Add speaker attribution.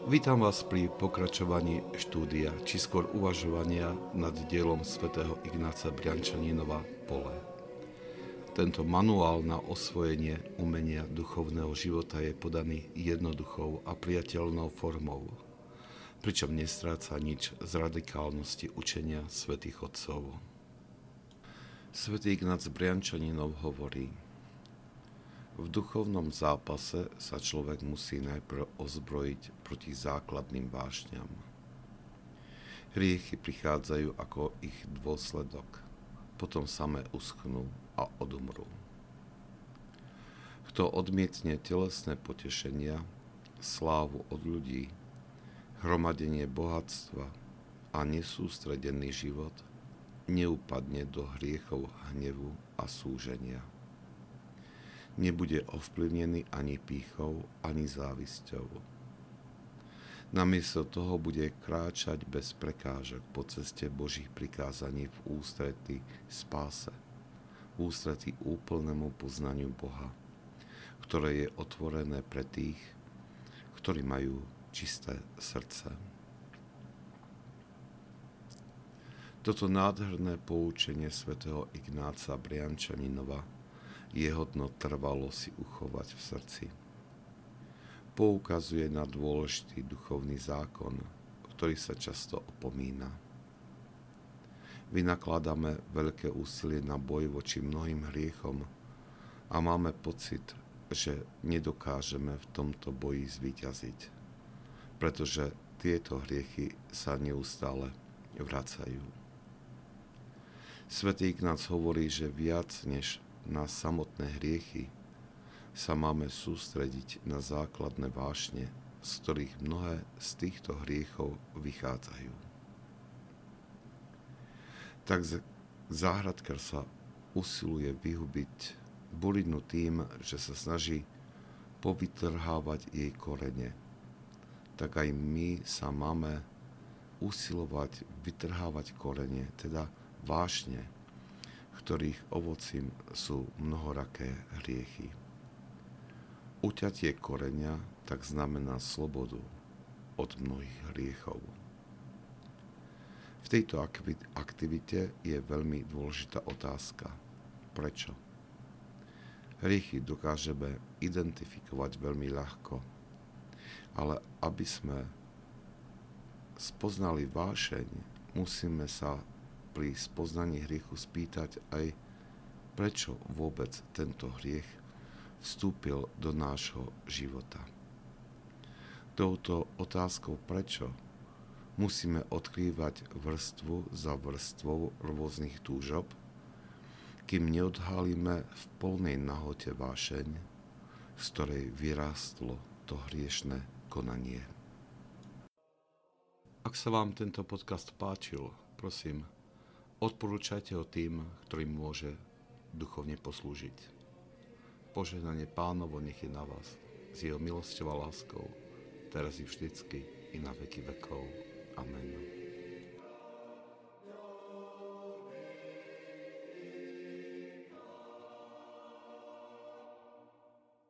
Speaker 1: Vítam vás pri pokračovaní štúdia, či skôr uvažovania nad dielom svätého Ignáca Briančaninova Pole. Tento manuál na osvojenie umenia duchovného života je podaný jednoduchou a priateľnou formou, pričom nestráca nič z radikálnosti učenia svätých otcov. Svätý Ignác Briančaninov hovorí: v duchovnom zápase sa človek musí najprv ozbrojiť proti základným vášňam. Hriechy prichádzajú ako ich dôsledok, potom samé uschnú a odumrú. Kto odmietne telesné potešenia, slávu od ľudí, hromadenie bohatstva a nesústredený život, neupadne do hriechov hnevu a súženia. Nebude ovplyvnený ani pýchou, ani závisťou. Namiesto toho bude kráčať bez prekážok po ceste Božích prikázaní v ústrety spáse, v ústrety úplnému poznaniu Boha, ktoré je otvorené pre tých, ktorí majú čisté srdce. Toto nádherné poučenie svätého Ignáca Briančaninova je hodno trvalo si uchovať v srdci. Poukazuje na dôležitý duchovný zákon, ktorý sa často opomína. Vynakladáme veľké úsilie na boj voči mnohým hriechom a máme pocit, že nedokážeme v tomto boji zvíťaziť, pretože tieto hriechy sa neustále vracajú. Svätý Ignác hovorí, že viac než na samotné hriechy sa máme sústrediť na základné vášne, z ktorých mnohé z týchto hriechov vychádzajú. Tak záhradkár sa usiluje vyhubiť burinu tým, že sa snaží povytrhávať jej korene. Tak aj my sa máme usilovať vytrhávať korene, teda vášne, ktorých ovocím sú mnohoraké hriechy. Uťatie koreňa tak znamená slobodu od mnohých hriechov. V tejto aktivite je veľmi dôležitá otázka. Prečo? Hriechy dokážeme identifikovať veľmi ľahko, ale aby sme spoznali vášeň, musíme sa pri spoznaní hriechu spýtať aj, prečo vôbec tento hriech vstúpil do nášho života. Touto otázkou prečo musíme odkrývať vrstvu za vrstvou rôznych túžob, kým neodhalíme v plnej nahote vášeň, z ktorej vyrástlo to hriešne konanie. Ak sa vám tento podcast páčil, prosím, odporúčajte ho tým, ktorým môže duchovne poslúžiť. Požehnanie Pánovo nech je na vás, s jeho milosťou a láskou, teraz i vždycky, i na veky vekov. Amen.